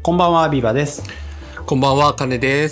こんばんは、ビバです。 こんばんは、かねです。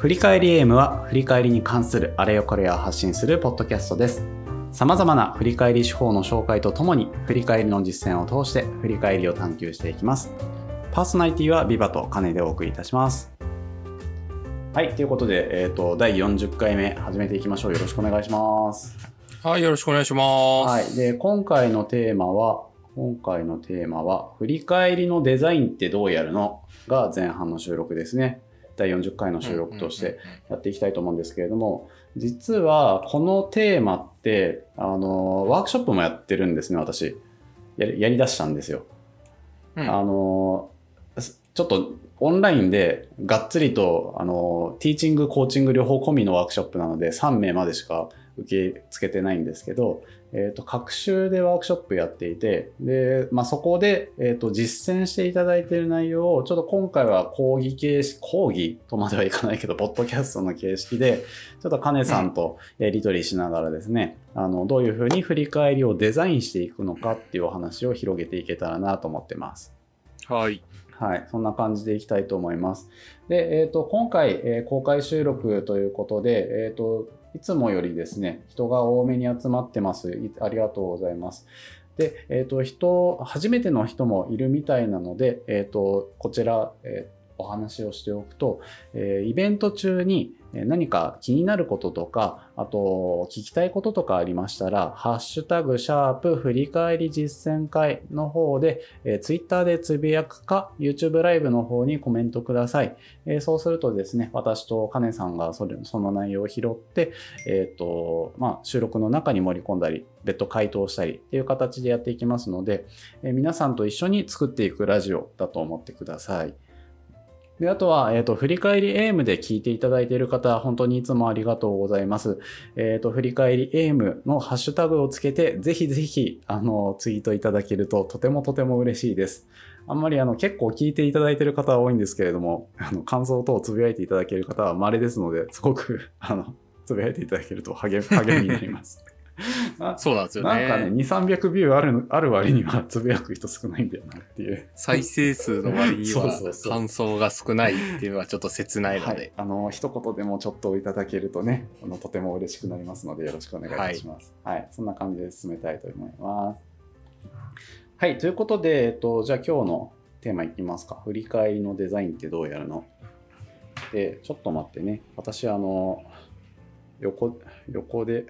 振り返り AM は振り返りに関するあれよこれを発信するポッドキャストです。様々な振り返り手法の紹介とともに振り返りの実践を通して振り返りを探求していきます。パーソナリティはビバとかねでお送りいたします。はい、ということで、第40回目始めていきましょう。よろしくお願いします。 はい、よろしくお願いします。 はい、で今回のテーマは振り返りのデザインってどうやるのが前半の収録ですね。第40回の収録としてやっていきたいと思うんですけれども、実はこのテーマってワークショップもやってるんですね。私やりだしたんですよ。ちょっとオンラインでがっつりとティーチングコーチング両方込みのワークショップなので3名までしか受け付けてないんですけど、各週でワークショップやっていて、で、そこで、実践していただいている内容をちょっと今回は講義とまではいかないけどポッドキャストの形式でちょっとカネさんとやり取りしながらですね、どういうふうに振り返りをデザインしていくのかっていうお話を広げていけたらなと思ってます。 はい。 はい、そんな感じでいきたいと思います。で、今回、公開収録ということで、いつもよりですね、人が多めに集まってます。ありがとうございます。で、初めての人もいるみたいなので、こちら、お話をしておくと、イベント中に何か気になることとか、あと聞きたいこととかありましたら、ハッシュタグ#振り返り実践会の方で、Twitter でつぶやくか YouTube ライブの方にコメントください。そうするとですね、私とカネさんがその内容を拾って、収録の中に盛り込んだり、別途回答したりっていう形でやっていきますので、皆さんと一緒に作っていくラジオだと思ってください。で、あとは、振り返り AM で聞いていただいている方、本当にいつもありがとうございます。振り返り AM のハッシュタグをつけて、ぜひぜひ、ツイートいただけるととても嬉しいです。あんまり結構聞いていただいている方は多いんですけれども、感想等をつぶやいていただける方は稀ですので、すごく、つぶやいていただけると励みになります。 そうなんですよね。 なんかね、2、300ビューある割にはつぶやく人少ないんだよなっていう。 再生数の割には感想が少ないっていうのはちょっと切ないので。 はい、一言でもちょっといただけるとね、とても嬉しくなりますのでよろしくお願いいたします。はい、そんな感じで進めたいと思います。はい、ということで、じゃあ今日のテーマいきますか。振り返りのデザインってどうやるの？で、ちょっと待ってね。私横で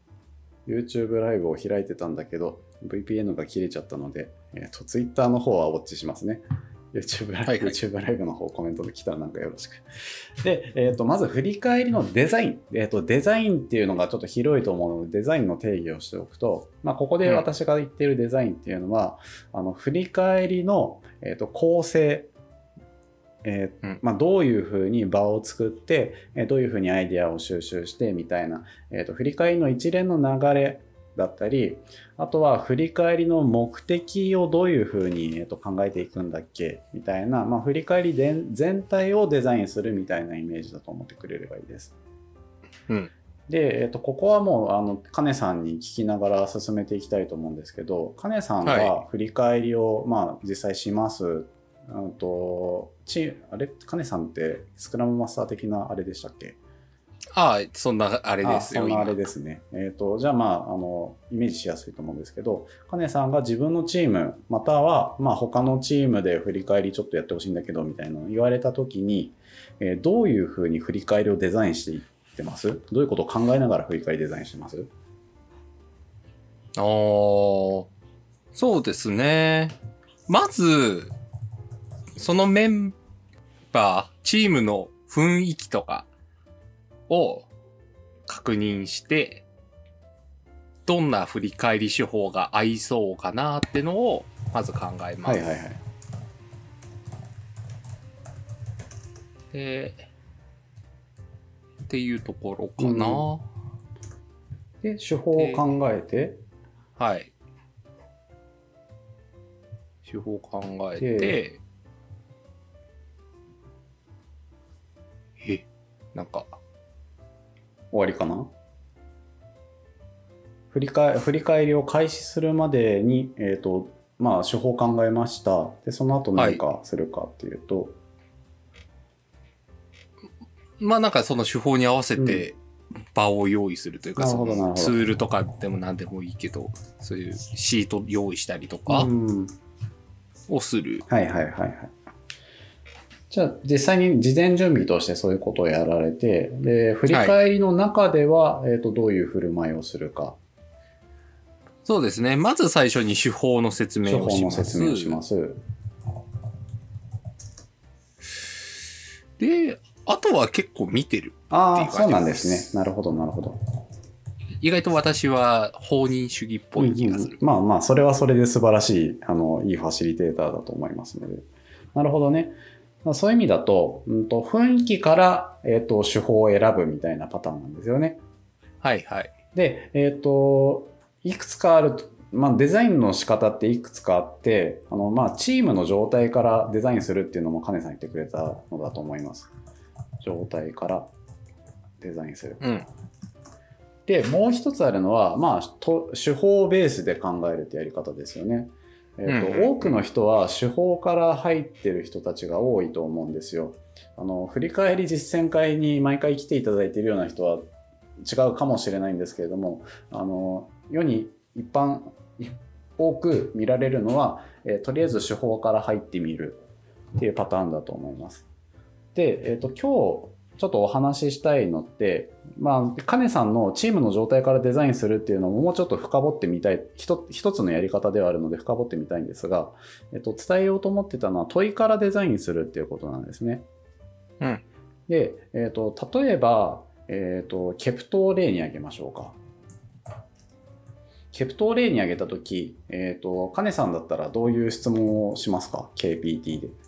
YouTube ライブを開いてたんだけど VPN が切れちゃったので、Twitter の方はウォッチしますね。YouTube ライブの方コメントで来たらなんかよろしく。で、まず振り返りのデザイン。デザインっていうのがちょっと広いと思うので、デザインの定義をしておくと、ここで私が言っているデザインっていうのは、振り返りの、構成、どういうふうに場を作って、どういうふうにアイデアを収集してみたいな、振り返りの一連の流れだったり、あとは振り返りの目的をどういうふうに、考えていくんだっけみたいな、振り返り全体をデザインするみたいなイメージだと思ってくれればいいです。で、ここはもうカネさんに聞きながら進めていきたいと思うんですけど、カネさんが振り返りを、実際します。カネさんってスクラムマスター的なあれでしたっけ？ そんなあれですよ。 そんなあれですね。じゃあイメージしやすいと思うんですけど、カネさんが自分のチームまたは他のチームで振り返りちょっとやってほしいんだけどみたいなのを言われた時に、どういうふうに振り返りをデザインしていってます？どういうことを考えながら振り返りデザインしてます？ そうですね。まずそのメンバー、チームの雰囲気とかを確認して、どんな振り返り手法が合いそうかなってのをまず考えます。っていうところかな。 で、手法を考えて、 はい。手法を考えて、なんか終わりかな？振り返りを開始するまでに、手法を考えました。で、その後何かするかっていうと、 まあなんかその手法に合わせて場を用意するというか、そのツールとかでも何でもいいけど、そういうシート用意したりとかをする。 はいはいはいはい。じゃあ実際に事前準備としてそういうことをやられて、で振り返りの中では、どういう振る舞いをするか。 そうですね。まず最初に手法の説明をします。手法の説明をします。で、あとは結構見てるっていう感じです。 そうなんですね。なるほどなるほど。 意外と私は放任主義っぽい気がする。 まあまあ、それはそれで素晴らしい、いいファシリテーターだと思いますので。なるほどね。そういう意味だと、雰囲気から、手法を選ぶみたいなパターンなんですよね。 はいはい。 で、いくつかある、まあ、デザインの仕方っていくつかあって、まあ、チームの状態からデザインするっていうのも金さん言ってくれたのだと思います。状態からデザインする。で、もう一つあるのは、まあ、手法ベースで考えるってやり方ですよね。多くの人は手法から入ってる人たちが多いと思うんですよ。振り返り実践会に毎回来ていただいているような人は違うかもしれないんですけれども、世に一般多く見られるのは、とりあえず手法から入ってみるっていうパターンだと思います。で、今日ちょっとお話ししたいのって、まあ、金さんのチームの状態からデザインするっていうのももうちょっと深掘ってみたい、一つのやり方ではあるので深掘ってみたいんですが、伝えようと思ってたのは問いからデザインするっていうことなんですね。で、例えば、ケプトを例に挙げましょうか。ケプトを例に挙げたとき、金さんだったらどういう質問をしますか？ KPT で。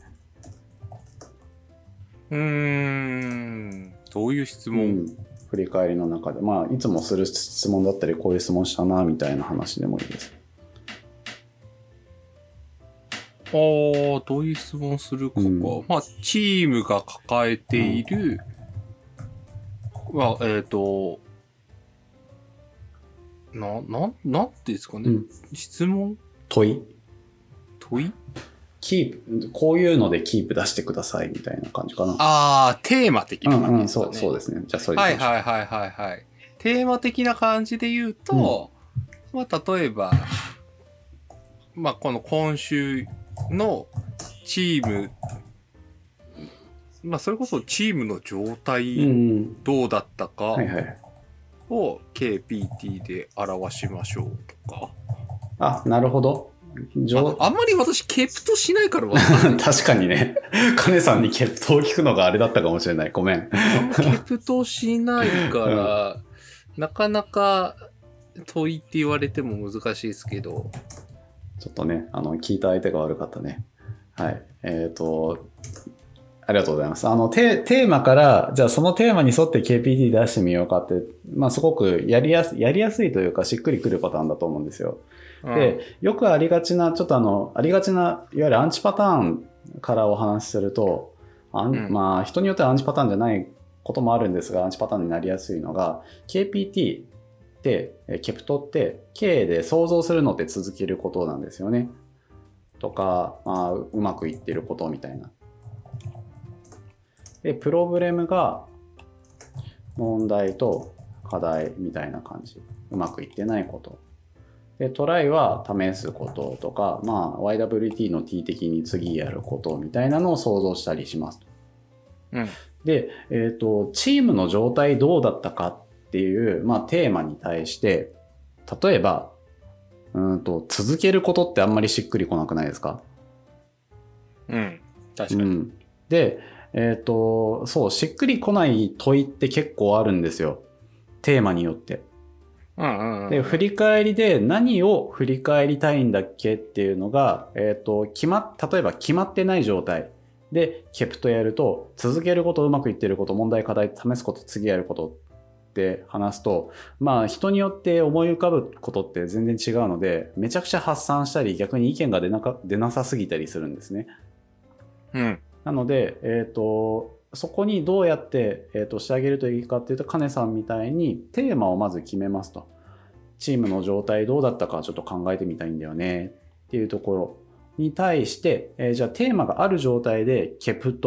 どういう質問？ 振り返りの中で、まあ、いつもする質問だったり、こういう質問したな、みたいな話でもいいです。 どういう質問するかか。まあ、チームが抱えている、なんていうんですかね。質問？ 問いキープ、こういうのでキープ出してくださいみたいな感じかな。 テーマ的な感じですかね。そうですね。じゃあそれで。 はい。テーマ的な感じで言うと、まあ例えば、まあこの今週のチーム、まあそれこそチームの状態どうだったかを KPT で表しましょうとか。なるほど。 あんまり私ケプトしないから分かんない。 確かにね。金さんにケプトを聞くのがあれだったかもしれない。ごめん。 ケプトしないから、なかなか問いって言われても難しいですけど。 ちょっとね、聞いた相手が悪かったね。はい。ありがとうございます。テーマから、じゃあそのテーマに沿って KPT 出してみようかって、まあすごくやりやすいというかしっくりくるパターンだと思うんですよ。で、よくありがちな、ちょっとありがちな、いわゆるアンチパターンからお話しすると、まあ人によってはアンチパターンじゃないこともあるんですが、アンチパターンになりやすいのが、KPT って、ケプトって、K で想像するのって続けることなんですよね。とか、まあ、うまくいってることみたいな。で、プロブレムが問題と課題みたいな感じ。うまくいってないこと。で、トライは試すこととか、まあ、YWT の T 的に次やることみたいなのを想像したりします。で、チームの状態どうだったかっていう、まあ、テーマに対して、例えば、続けることってあんまりしっくりこなくないですか？ 確かに。 で、そう、しっくりこない問いって結構あるんですよ。テーマによって。で、振り返りで何を振り返りたいんだっけっていうのが、例えば決まってない状態でケプトやると、続けること、うまくいってること、問題、課題、試すこと、次やることって話すと、まあ人によって思い浮かぶことって全然違うので、めちゃくちゃ発散したり、逆に意見が出なさすぎたりするんですね。なので、そこにどうやって、してあげるといいかっていうと、金さんみたいにテーマをまず決めますと。チームの状態どうだったかちょっと考えてみたいんだよねっていうところに対して、じゃあテーマがある状態でケプト、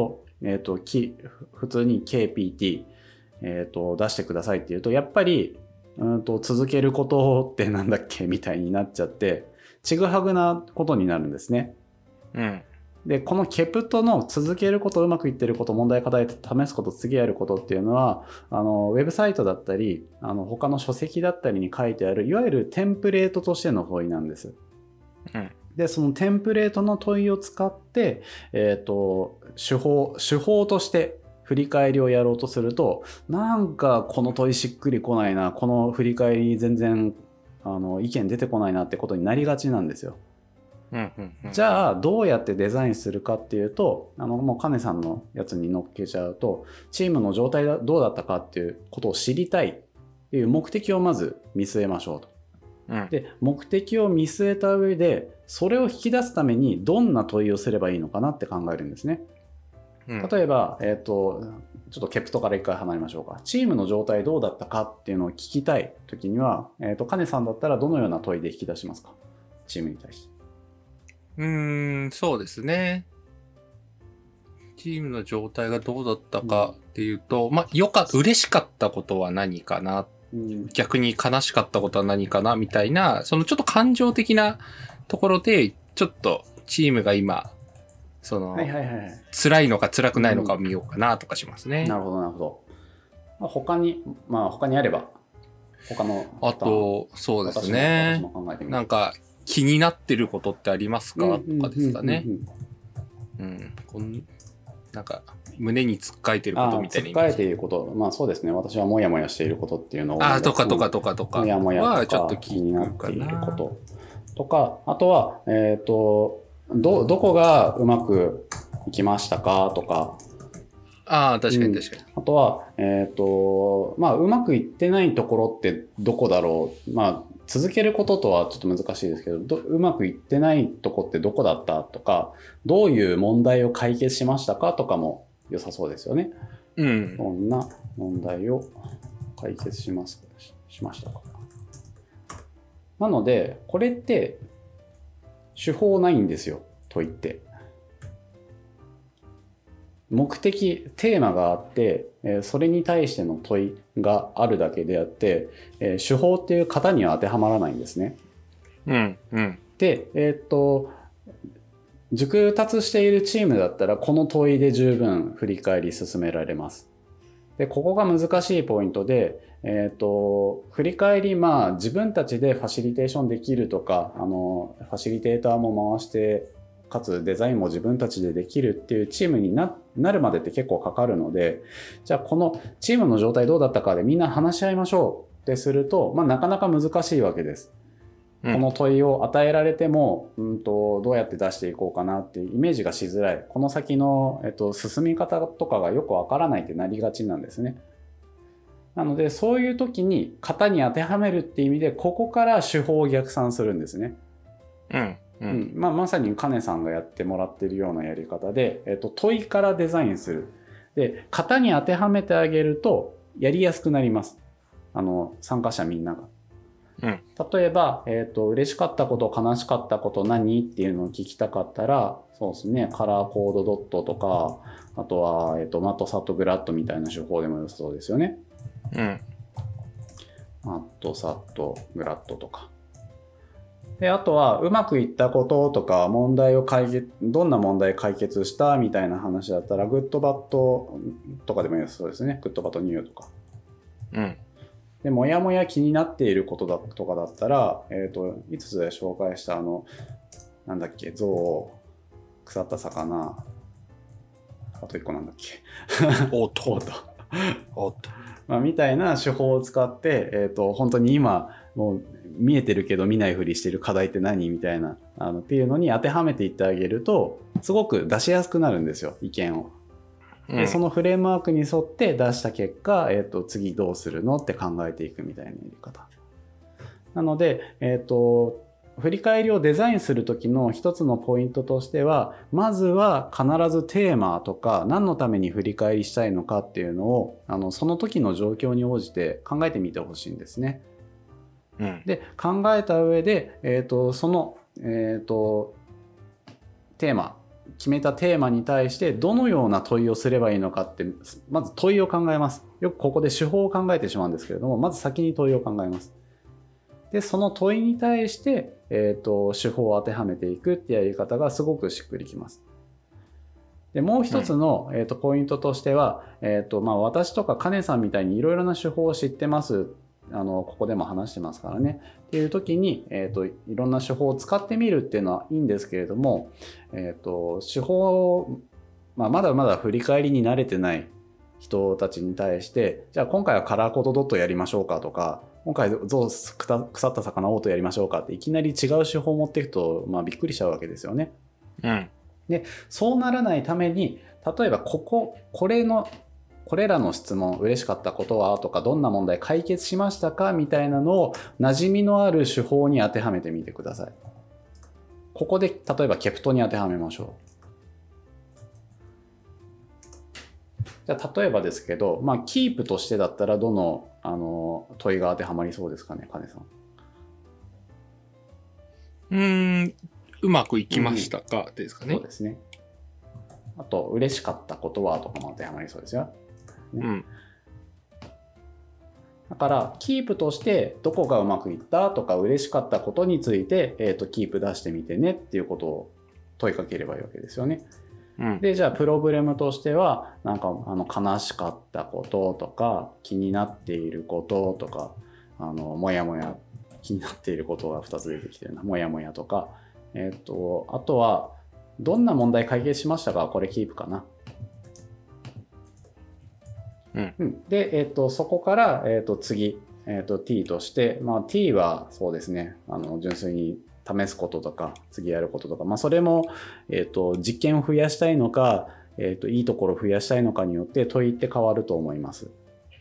普通に KPT、出してくださいっていうと、やっぱり、続けることってなんだっけみたいになっちゃって、ちぐはぐなことになるんですね。 うん。 で、このケプトの続けること、うまくいってること、問題課題試すこと、次やることっていうのは、ウェブサイトだったり、他の書籍だったりに書いてある、いわゆるテンプレートとしての問いなんです。 うん。 で、そのテンプレートの問いを使って、手法として振り返りをやろうとすると、なんかこの問いしっくりこないな、この振り返り全然意見出てこないなってことになりがちなんですよ。じゃあどうやってデザインするかっていうと、もうカネさんのやつに乗っけちゃうと、チームの状態がどうだったかっていうことを知りたいっていう目的をまず見据えましょうと。で、目的を見据えた上で、それを引き出すためにどんな問いをすればいいのかなって考えるんですね。例えば、ちょっとケプトから一回離れましょうか。チームの状態どうだったかっていうのを聞きたいときには、カネさんだったらどのような問いで引き出しますか？チームに対して。 そうですね。チームの状態がどうだったかっていうと、嬉しかったことは何かな、逆に悲しかったことは何かなみたいな、そのちょっと感情的なところで、ちょっとチームが今、辛いのか辛くないのかを見ようかなとかしますね。 なるほど、なるほど。他にあれば、他の。 あと、そうですね。なんか、気になってることってありますかとかですかね。なんか、胸につっかえてることみたいな。 つっかえていること。そうですね。私はもやもやしていることっていうのを。 とか。 もやもやとか気になっていることとか、あとは、どこがうまくいきましたかとか。 確かに。 あとは、うまくいってないところってどこだろう。続けることとはちょっと難しいですけど、うまくいってないとこってどこだったとか、どういう問題を解決しましたかとかも良さそうですよね。こんな問題を解決しましたか。なので、これって手法ないんですよ、問いって。目的、テーマがあって、それに対しての問いがあるだけであって、手法っていう型には当てはまらないんですね。で、熟達しているチームだったら、この問いで十分振り返り進められます。で、ここが難しいポイントで、振り返り、自分たちでファシリテーションできるとか、ファシリテーターも回して、かつデザインも自分たちでできるっていうチームになるまでって結構かかるので、じゃあこのチームの状態どうだったかでみんな話し合いましょうってすると、なかなか難しいわけです。この問いを与えられても、どうやって出していこうかなっていうイメージがしづらい。この先の、進み方とかがよくわからないってなりがちなんですね。なので、そういう時に型に当てはめるっていう意味で、ここから手法を逆算するんですね。まさにカネさんがやってもらってるようなやり方で、問いからデザインする。で、型に当てはめてあげるとやりやすくなります。参加者みんなが。例えば、嬉しかったこと、悲しかったこと何っていうのを聞きたかったら、そうですね、カラーコードドットとか、あとは、マットサットグラッドみたいな手法でも良さそうですよね。マットサットグラッドとか。で、あとはうまくいったこととかどんな問題解決したみたいな話だったらグッドバッドとかでも良さそうですね。グッドバッドニューとか。で、もやもや気になっていることとかだったら、5つで紹介したなんだっけ、象、腐った魚、あと1個なんだっけ。 オート。 みたいな手法を使って、本当に今、もう見えてるけど見ないふりしてる課題って何みたいな、っていうのに当てはめていってあげると、すごく出しやすくなるんですよ、意見を。で、そのフレームワークに沿って出した結果、次どうするのって考えていくみたいなやり方。なので、振り返りをデザインする時の一つのポイントとしては、まずは必ずテーマとか何のために振り返りしたいのかっていうのをその時の状況に応じて考えてみてほしいんですね。で、考えた上で、その、テーマ決めたテーマに対してどのような問いをすればいいのかって、まず問いを考えます。よくここで手法を考えてしまうんですけれども、まず先に問いを考えます。で、その問いに対して、手法を当てはめていくっていうやり方がすごくしっくりきます。で、もう一つの、ポイントとしては、私とかカネさんみたいにいろいろな手法を知ってます。ここでも話してますからね。っていう時に、いろんな手法を使ってみるっていうのはいいんですけれども、手法を、まだまだ振り返りに慣れてない人たちに対して、じゃあ今回はカラーコードドットやりましょうかとか、今回腐った魚オートやりましょうかっていきなり違う手法を持っていくと、びっくりしちゃうわけですよね。 うん。 で、そうならないために、例えばこれらの質問、嬉しかったことはとか、どんな問題解決しましたかみたいなのを馴染みのある手法に当てはめてみてください。ここで例えばケプトに当てはめましょう。じゃあ例えばですけど、キープとしてだったらどの問いが当てはまりそうですかね、金さん。 うまくいきましたか、ですかね。 そうですね。あと、嬉しかったことはとかも当てはまりそうですよ。ね。だから、キープとしてどこがうまくいったとか嬉しかったことについて、キープ出してみてねっていうことを問いかければいいわけですよね。で、じゃあプロブレムとしては、なんか悲しかったこととか、気になっていることとか、もやもや気になっていることが2つ出てきてるな。もやもやとか、あとは、どんな問題解決しましたか？これキープかな。で、そこから、次、t として、t はそうですね、純粋に試すこととか、次やることとか、それも、実験を増やしたいのか、いいところを増やしたいのかによって問いって変わると思います。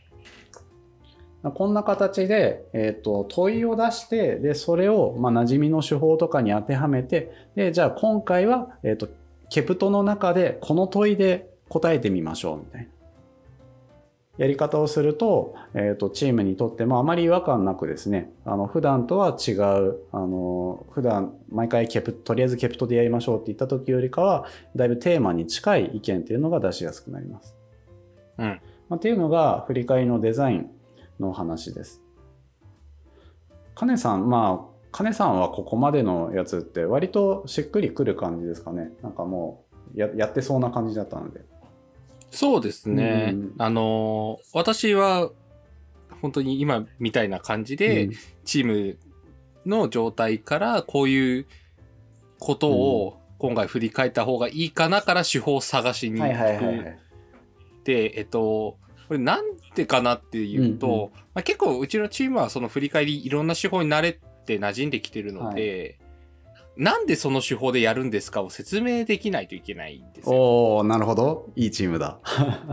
こんな形で、問いを出して、で、それを、馴染みの手法とかに当てはめて、で、じゃあ今回は、ケプトの中でこの問いで答えてみましょうみたいなやり方をすると、チームにとってもあまり違和感なくですね、普段とは違う、普段毎回とりあえずケプトでやりましょうって言った時よりかは、だいぶテーマに近い意見っていうのが出しやすくなります。っていうのが振り返りのデザインの話です。金さんはここまでのやつって割としっくりくる感じですかね。なんかもう やってそうな感じだったので。 そうですね。私は本当に今みたいな感じで、チームの状態からこういうことを今回振り返った方がいいかなから手法を探しに行く。で、これなんでかなっていうと、結構うちのチームはその振り返りいろんな手法に慣れて馴染んできてるので、なんでその手法でやるんですかを説明できないといけないんですよ。 なるほど。いいチームだ。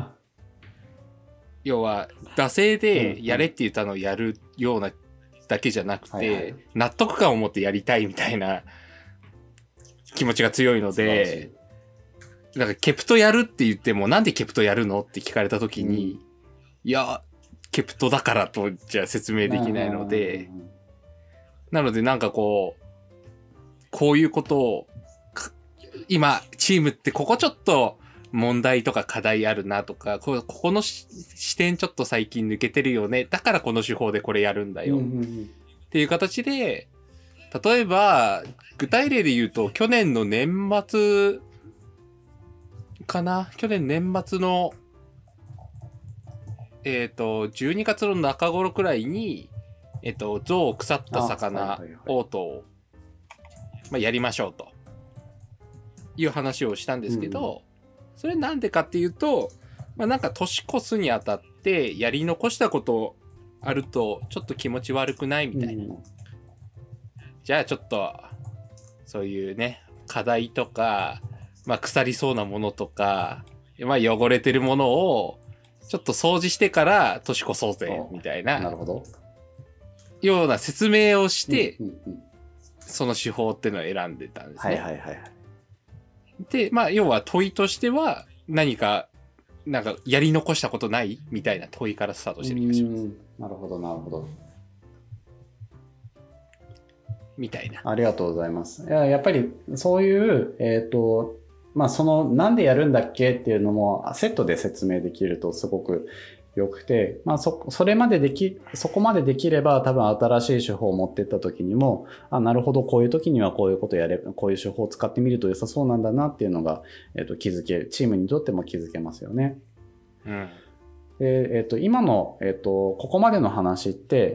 要は、惰性でやれって言ったのをやるようなだけじゃなくて、納得感を持ってやりたいみたいな気持ちが強いので、なんかケプトやるって言っても、なんでケプトやるのって聞かれたときに、いや、ケプトだからとじゃ説明できないので、なのでなんかこういうことを、今、チームってここちょっと問題とか課題あるなとか、ここの視点ちょっと最近抜けてるよね。だからこの手法でこれやるんだよ。っていう形で、例えば、具体例で言うと、去年の年末かな？去年年末の、12月の中頃くらいに、象腐った魚オートを、やりましょうという話をしたんですけど、それなんでかっていうと、なんか年越すにあたってやり残したことあるとちょっと気持ち悪くないみたいな。じゃあちょっとそういうね、課題とか、腐りそうなものとか、汚れてるものをちょっと掃除してから年越そうぜみたいな、 なるほど。 ような説明をして、その手法っていうのを選んでたんですね。で、要は問いとしては何か、なんかやり残したことないみたいな問いからスタートしてる気がします。 なるほど、なるほど。 みたいな。 ありがとうございます。やっぱりそういう、 そのなんでやるんだっけっていうのもセットで説明できるとすごく良くて、そこまでできれば多分新しい手法を持っていった時にも、なるほど、こういう時にはこういうことやれば、こういう手法を使ってみると良さそうなんだなっていうのが、チームにとっても気づけますよね。で、今の、ここまでの話って、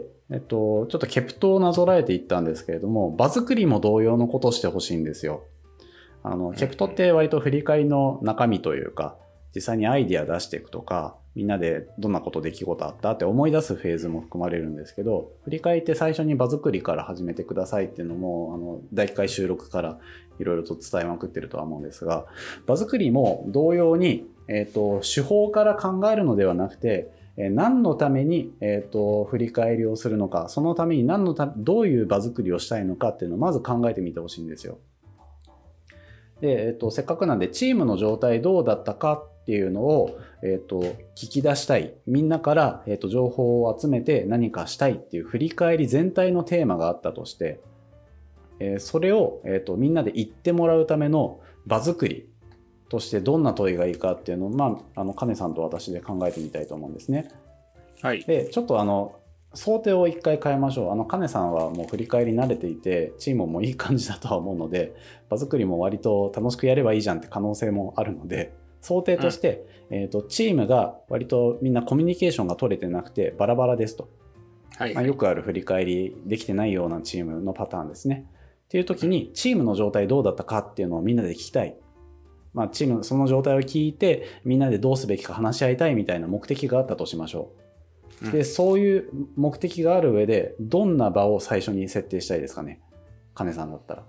ちょっとケプトをなぞらえていったんですけれども、場作りも同様のことをしてほしいんですよ。ケプトって割と振り返りの中身というか、実際にアイディア出していくとか、みんなでどんな出来事あったって思い出すフェーズも含まれるんですけど、振り返って最初に場作りから始めてくださいっていうのも、第1回収録からいろいろと伝えまくってるとは思うんですが、場作りも同様に、手法から考えるのではなくて、何のために、振り返りをするのか、そのためにどういう場作りをしたいのかっていうのをまず考えてみてほしいんですよ。で、せっかくなんでチームの状態どうだったかっていうのを、聞き出したい。みんなから、情報を集めて何かしたいっていう振り返り全体のテーマがあったとして、それを、みんなで言ってもらうための場作りとしてどんな問いがいいかっていうのを、カネさんと私で考えてみたいと思うんですね。 はい。 で、ちょっと想定を一回変えましょう。カネさんはもう振り返り慣れていて、チームもいい感じだとは思うので、場作りも割と楽しくやればいいじゃんって可能性もあるので、想定として、チームが割とみんなコミュニケーションが取れてなくてバラバラですと。 はいはい。 よくある振り返りできてないようなチームのパターンですね。っていう時に、チームの状態どうだったかっていうのをみんなで聞きたい。チームその状態を聞いて、みんなでどうすべきか話し合いたいみたいな目的があったとしましょう。で、そういう目的がある上で、どんな場を最初に設定したいですかね、金さんだったら。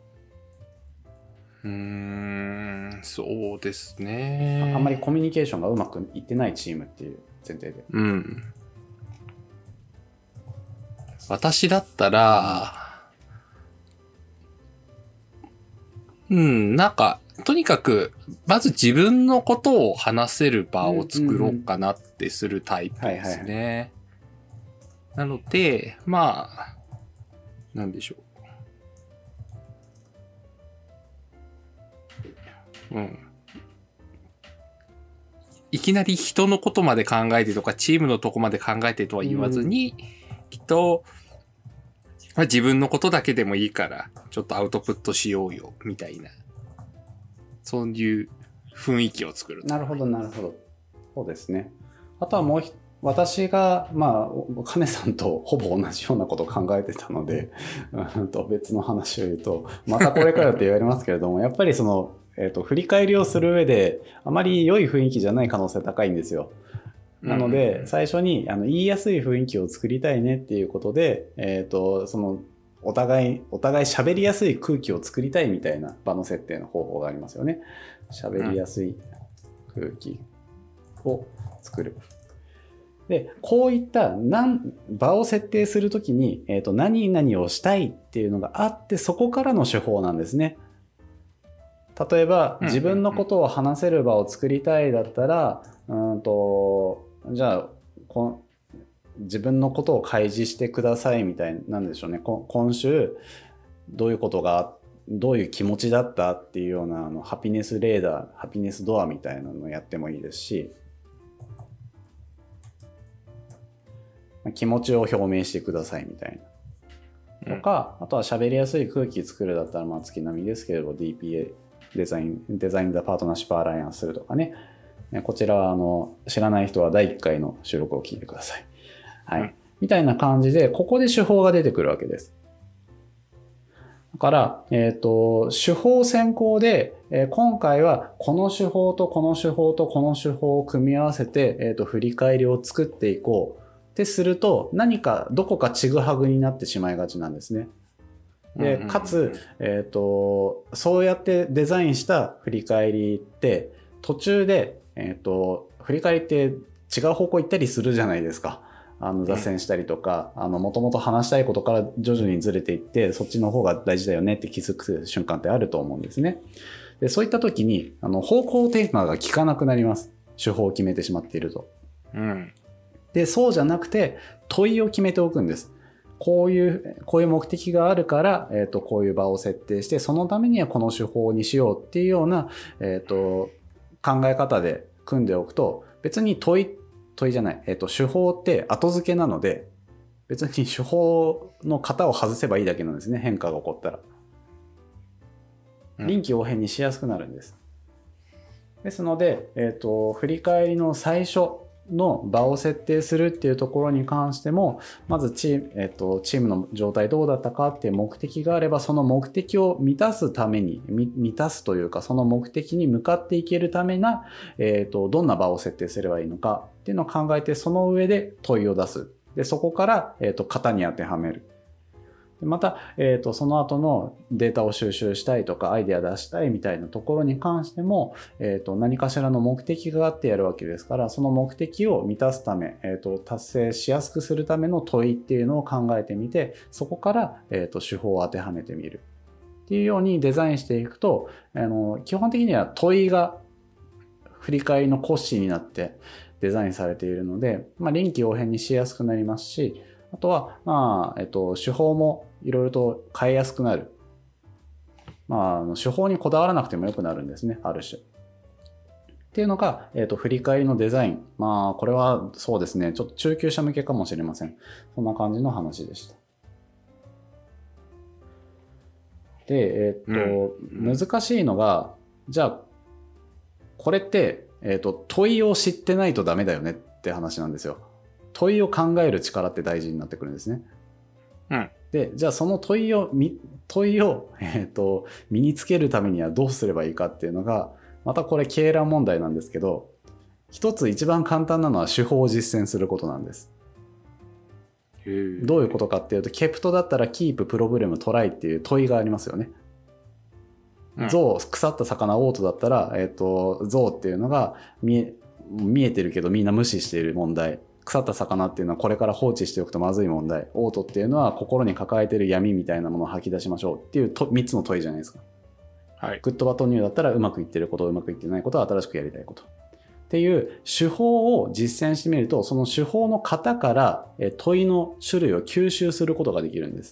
そうですね。 あんまりコミュニケーションがうまくいってないチームっていう前提で。 私だったら、なんか、とにかく、まず自分のことを話せる場を作ろうかなってするタイプですね。なので、なんでしょう。いきなり人のことまで考えてとか、チームのとこまで考えてとは言わずに、きっと、自分のことだけでもいいから、ちょっとアウトプットしようよ、みたいな。そういう雰囲気を作る。 なるほど、なるほど。そうですね。あとは私が、金さんとほぼ同じようなことを考えてたので、別の話を言うと、またこれからって言われますけれども、やっぱり振り返りをする上で、あまり良い雰囲気じゃない可能性高いんですよ。なので、最初に言いやすい雰囲気を作りたいねっていうことで、お互い喋りやすい空気を作りたいみたいな場の設定の方法がありますよね。喋りやすい空気を作る。で、こういった場を設定するときに、何々をしたいっていうのがあって、そこからの手法なんですね。例えば、自分のことを話せる場を作りたいだったら、じゃあ、自分のことを開示してくださいみたいな、なんでしょうね。今週、どういう気持ちだったっていうようなハピネスレーダー、ハピネスドアみたいなのをやってもいいですし、気持ちを表明してくださいみたいな。とか、あとは喋りやすい空気作るだったら、月並みですけれど、DPA、デザイン・ザ・パートナーシップ・アライアンスするとかね。こちらは、知らない人は第1回の収録を聞いてください。はい。みたいな感じで、ここで手法が出てくるわけです。だから、手法先行で、今回はこの手法とこの手法とこの手法を組み合わせて、振り返りを作っていこうってすると、どこかちぐはぐになってしまいがちなんですね。で、かつ、そうやってデザインした振り返りって、途中で、振り返りって違う方向行ったりするじゃないですか。脱線したりとか、もともと話したいことから徐々にずれていって、そっちの方が大事だよねって気づく瞬間ってあると思うんですね。で、そういった時に、方向テーマが効かなくなります。手法を決めてしまっていると。で、そうじゃなくて、問いを決めておくんです。 こういう目的があるから、こういう場を設定して、そのためにはこの手法にしようっていうような、考え方で組んでおくと、別に問いじゃない、手法って後付けなので、別に手法の型を外せばいいだけなんですね、変化が起こったら。臨機応変にしやすくなるんです。ですので、振り返りの最初の場を設定するっていうところに関しても、まずチームの状態どうだったかっていう目的があれば、その目的を満たすために、満たすというか、その目的に向かっていけるためな、どんな場を設定すればいいのかっていうのを考えて、その上で問いを出す。で、そこから、型に当てはめる。また、その後のデータを収集したいとかアイデア出したいみたいなところに関しても、何かしらの目的があってやるわけですから、その目的を満たすため、達成しやすくするための問いっていうのを考えてみて、そこから、手法を当てはめてみるっていうようにデザインしていくと、基本的には問いが振り返りの骨子になってデザインされているので、臨機応変にしやすくなりますし、あとは、手法もいろいろと変えやすくなる。手法にこだわらなくてもよくなるんですね、ある種。っていうのが、振り返りのデザイン。これはそうですね、ちょっと中級者向けかもしれません。そんな感じの話でした。で、難しいのが、じゃあ、これって、問いを知ってないとダメだよねって話なんですよ。問いを考える力って大事になってくるんですね。で、じゃあその問いを身につけるためにはどうすればいいかっていうのが、またこれ鶏卵問題なんですけど、一つ一番簡単なのは手法を実践することなんです。どういうことかっていうと、ケプトだったらキープ、プロブレム、トライっていう問いがありますよね。ゾウ、腐った魚、オートだったら、ゾウっていうのが見えてるけどみんな無視している問題。腐った魚っていうのはこれから放置しておくとまずい問題。オートっていうのは心に抱えている闇みたいなものを吐き出しましょうっていう3つの問いじゃないですか。グッドバトンニューだったらうまくいってること、うまくいってないことは新しくやりたいこと。っていう手法を実践してみると、その手法の型から問いの種類を吸収することができるんです。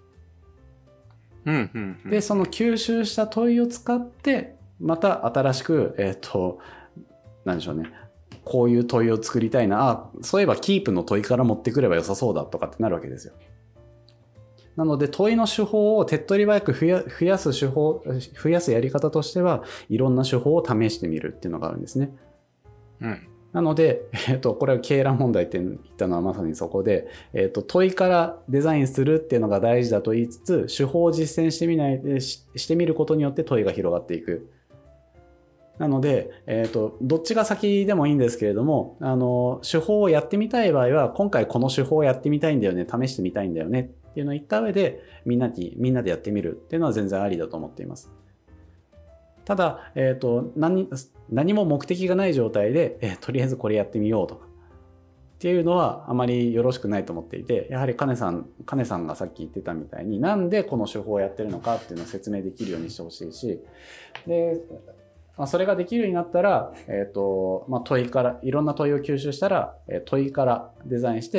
で、その吸収した問いを使って、また新しく、なんでしょうね。こういう問いを作りたいな。そういえばキープの問いから持ってくれば良さそうだとかってなるわけですよ。なので問いの手法を手っ取り早く増やすやり方としては、いろんな手法を試してみるっていうのがあるんですね。なので、これは鶏卵問題って言ったのはまさにそこで、問いからデザインするっていうのが大事だと言いつつ、手法を実践してみることによって問いが広がっていく。なので、どっちが先でもいいんですけれども、手法をやってみたい場合は、今回この手法をやってみたいんだよね、試してみたいんだよねっていうのを言った上で、みんなでやってみるっていうのは全然ありだと思っています。ただ、何も目的がない状態で、とりあえずこれやってみようとかっていうのはあまりよろしくないと思っていて、やはり金さんがさっき言ってたみたいに、なんでこの手法をやってるのかっていうのを説明できるようにしてほしいし、で、それができるようになったら、問いから、いろんな問いを吸収したら、問いからデザインして、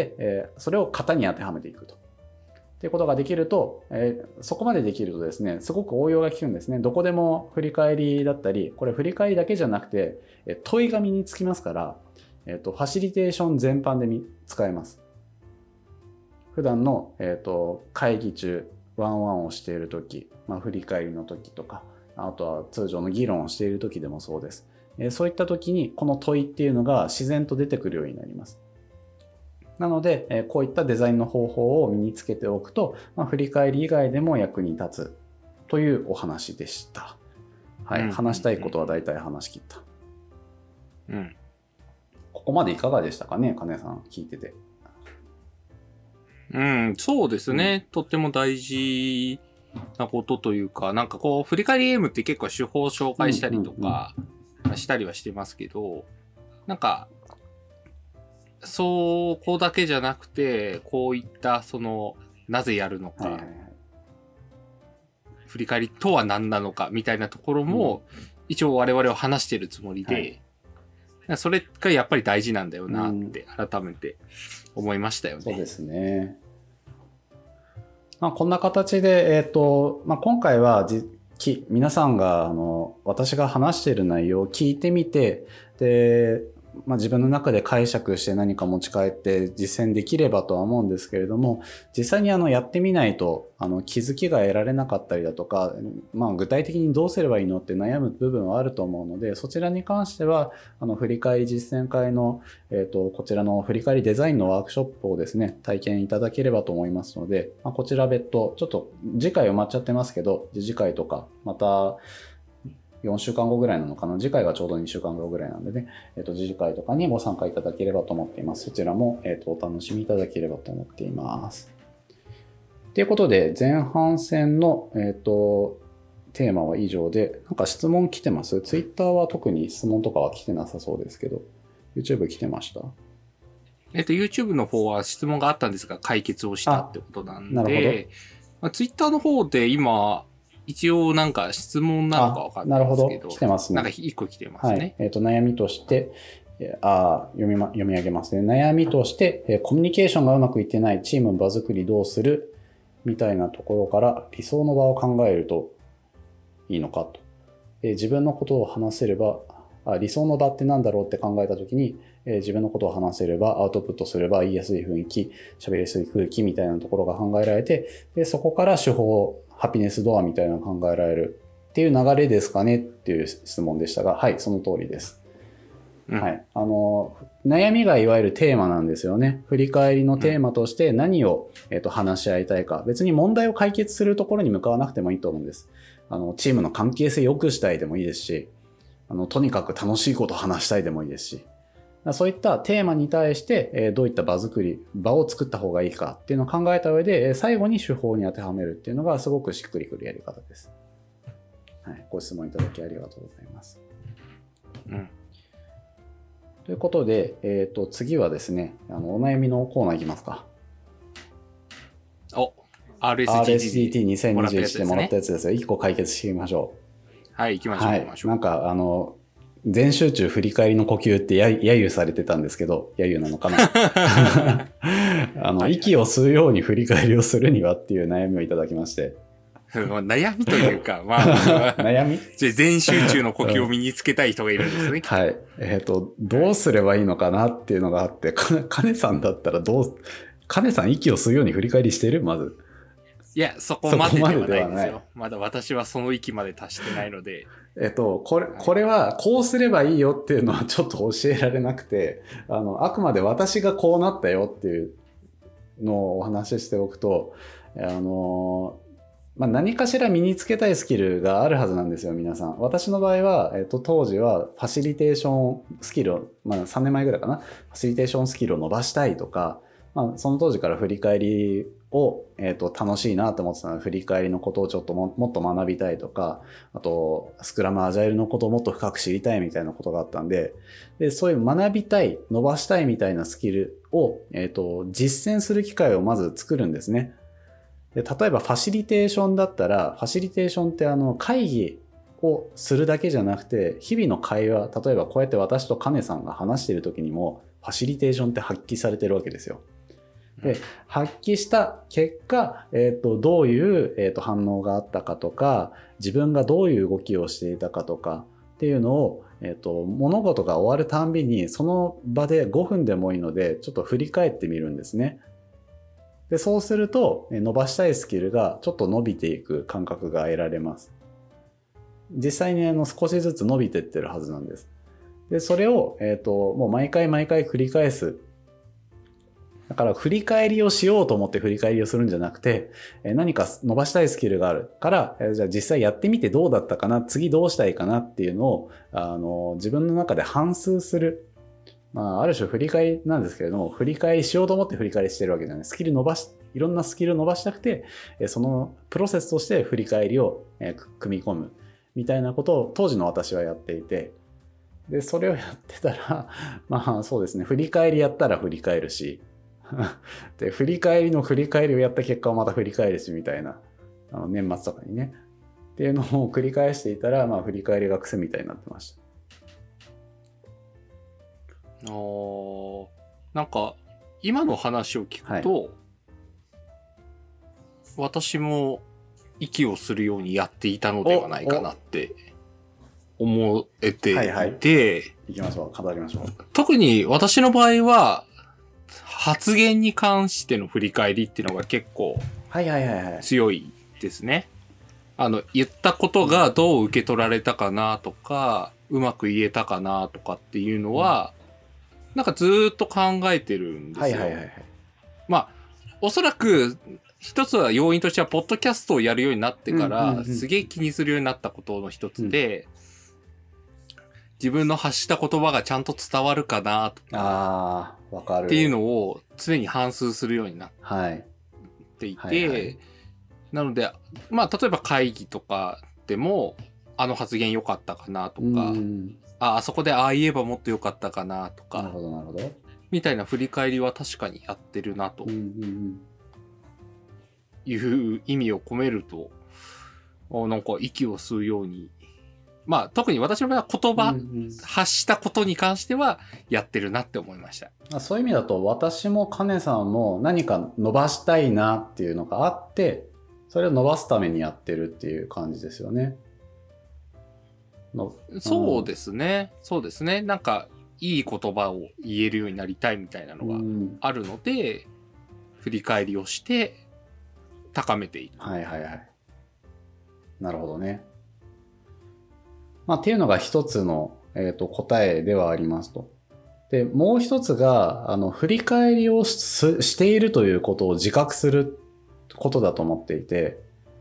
それを型に当てはめていくと。っていうことができると、そこまでできるとですね、すごく応用が効くんですね。どこでも振り返りだったり、これ振り返りだけじゃなくて、問いが身につきますから、ファシリテーション全般で使えます。普段の、会議中、ワンワンをしているとき、振り返りのときとか、あとは通常の議論をしているときでもそうです。そういったときに、この問いっていうのが自然と出てくるようになります。なので、こういったデザインの方法を身につけておくと、振り返り以外でも役に立つというお話でした。はい、話したいことは大体話し切った。ここまでいかがでしたかね、金さん聞いてて。 そうですね。とっても大事なことというか、なんかこう、振り返りゲームって結構手法を紹介したりとか、したりはしてますけど、なんか、そこだけじゃなくて、こういったなぜやるのか、振り返りとは何なのかみたいなところも、一応我々は話してるつもりで、それがやっぱり大事なんだよなって改めて思いましたよね。 そうですね。 こんな形で、今回は皆さんが私が話している内容を聞いてみて、で、自分の中で解釈して何か持ち帰って実践できればとは思うんですけれども、実際にやってみないと気づきが得られなかったりだとか、具体的にどうすればいいのって悩む部分はあると思うので、そちらに関しては振り返り実践会の、こちらの振り返りデザインのワークショップをですね、体験いただければと思いますので、こちら別途ちょっと次回埋まっちゃってますけど、次回とかまた4週間後ぐらいなのかな。次回がちょうど2週間後ぐらいなんでね、次回とかにご参加いただければと思っています。そちらも、お楽しみいただければと思っています。ということで、前半戦の、テーマは以上で、なんか質問来てます？ Twitter は特に質問とかは来てなさそうですけど、YouTube 来てました？ YouTube の方は質問があったんですが、解決をしたってことなんなるで、Twitter の方で今、一応なんか質問なのかわかんないですけど。 なるほど。来てますね。 なんか一個来てますね。 はい。悩みとして、読み上げますね。悩みとして、コミュニケーションがうまくいってないチーム場作りどうするみたいなところから理想の場を考えるといいのかと。自分のことを話せれば、理想の場ってなんだろうって考えたときに、自分のことを話せれば、アウトプットすれば言いやすい雰囲気、喋りやすい空気みたいなところが考えられて、でそこから手法、ハピネスドアみたいなのが考えられるっていう流れですかねっていう質問でしたが、はい、その通りです。はい。悩みがいわゆるテーマなんですよね。振り返りのテーマとして何を、話し合いたいか。別に問題を解決するところに向かわなくてもいいと思うんです。チームの関係性良くしたいでもいいですし、とにかく楽しいことを話したいでもいいですし、そういったテーマに対して、どういった場を作った方がいいかっていうのを考えた上で、最後に手法に当てはめるっていうのがすごくしっくりくるやり方です。はい。ご質問いただきありがとうございます。ということで、次はですね、お悩みのコーナーいきますか。RSDT2021 でもらったやつですよ。1個解決してみましょう。はい、行きましょう。 はい。なんか、全集中振り返りの呼吸って揶揄されてたんですけど、揶揄なのかな息を吸うように振り返りをするにはっていう悩みをいただきまして。 悩みというか、 悩み？ 全集中の呼吸を身につけたい人がいるんですね。 はい。どうすればいいのかなっていうのがあって、カネさんだったらカネさん息を吸うように振り返りしてる？まず。 いや、そこまでではないですよ。まだ私はその域まで達してないので。 これはこうすればいいよっていうのはちょっと教えられなくて、あくまで私がこうなったよっていうのをお話ししておくと、何かしら身につけたいスキルがあるはずなんですよ、皆さん。私の場合は、当時はファシリテーションスキルを、3年前ぐらいかな、ファシリテーションスキルを伸ばしたいとか、その当時から振り返りを、楽しいなと思ってたので、振り返りのことをちょっともっと学びたいとか、あと、スクラムアジャイルのことをもっと深く知りたいみたいなことがあったんで、そういう学びたい、伸ばしたいみたいなスキルを、実践する機会をまず作るんですね。で、例えばファシリテーションだったら、ファシリテーションって会議をするだけじゃなくて、日々の会話、例えばこうやって私とカネさんが話している時にも、ファシリテーションって発揮されてるわけですよ。で、発揮した結果、どういう、反応があったかとか、自分がどういう動きをしていたかとかっていうのを、物事が終わるたんびに、その場で5分でもいいので、ちょっと振り返ってみるんですね。で、そうすると、伸ばしたいスキルがちょっと伸びていく感覚が得られます。実際に少しずつ伸びていってるはずなんです。で、それを、もう毎回繰り返す。だから振り返りをしようと思って振り返りをするんじゃなくて、何か伸ばしたいスキルがあるから、じゃあ実際やってみてどうだったかな、次どうしたいかなっていうのを、自分の中で反芻する。ある種振り返りなんですけれども、振り返りしようと思って振り返りしてるわけじゃない。いろんなスキル伸ばしたくて、そのプロセスとして振り返りを組み込むみたいなことを当時の私はやっていて、で、それをやってたら、そうですね、振り返りやったら振り返るし、で、振り返りをやった結果をまた振り返るしみたいな、年末とかにね、っていうのを繰り返していたら、振り返りが癖みたいになってました。 なんか今の話を聞くと、 私も息をするようにやっていたのではないかなって思えていて、 はいはい、行きましょう、語りましょう。 特に私の場合は発言に関しての振り返りっていうのが結構強いですね。言ったことがどう受け取られたかなとか、うまく言えたかなとかっていうのは、なんかずーっと考えてるんですよ。まあ、おそらく一つは要因としてはポッドキャストをやるようになってからすげえ気にするようになったことの一つで、自分の発した言葉がちゃんと伝わるかなとか、 わかるっていうのを常に反芻するようになっていて、なのでまあ例えば会議とかでもあの発言良かったかなとか、あそこでああ言えばもっと良かったかなとか、 なるほどみたいな振り返りは確かにやってるなという意味を込めると、なんか息を吸うように、まあ特に私の場合は言葉、発したことに関してはやってるなって思いました。 そういう意味だと私もカネさんも何か伸ばしたいなっていうのがあって、それを伸ばすためにやってるっていう感じですよね。 そうですね。そうですね。なんかいい言葉を言えるようになりたいみたいなのがあるので、振り返りをして高めていく。 なるほどね。っていうのが一つの、答えではありますと。で、もう一つが、振り返りをしているということを自覚することだと思っていて、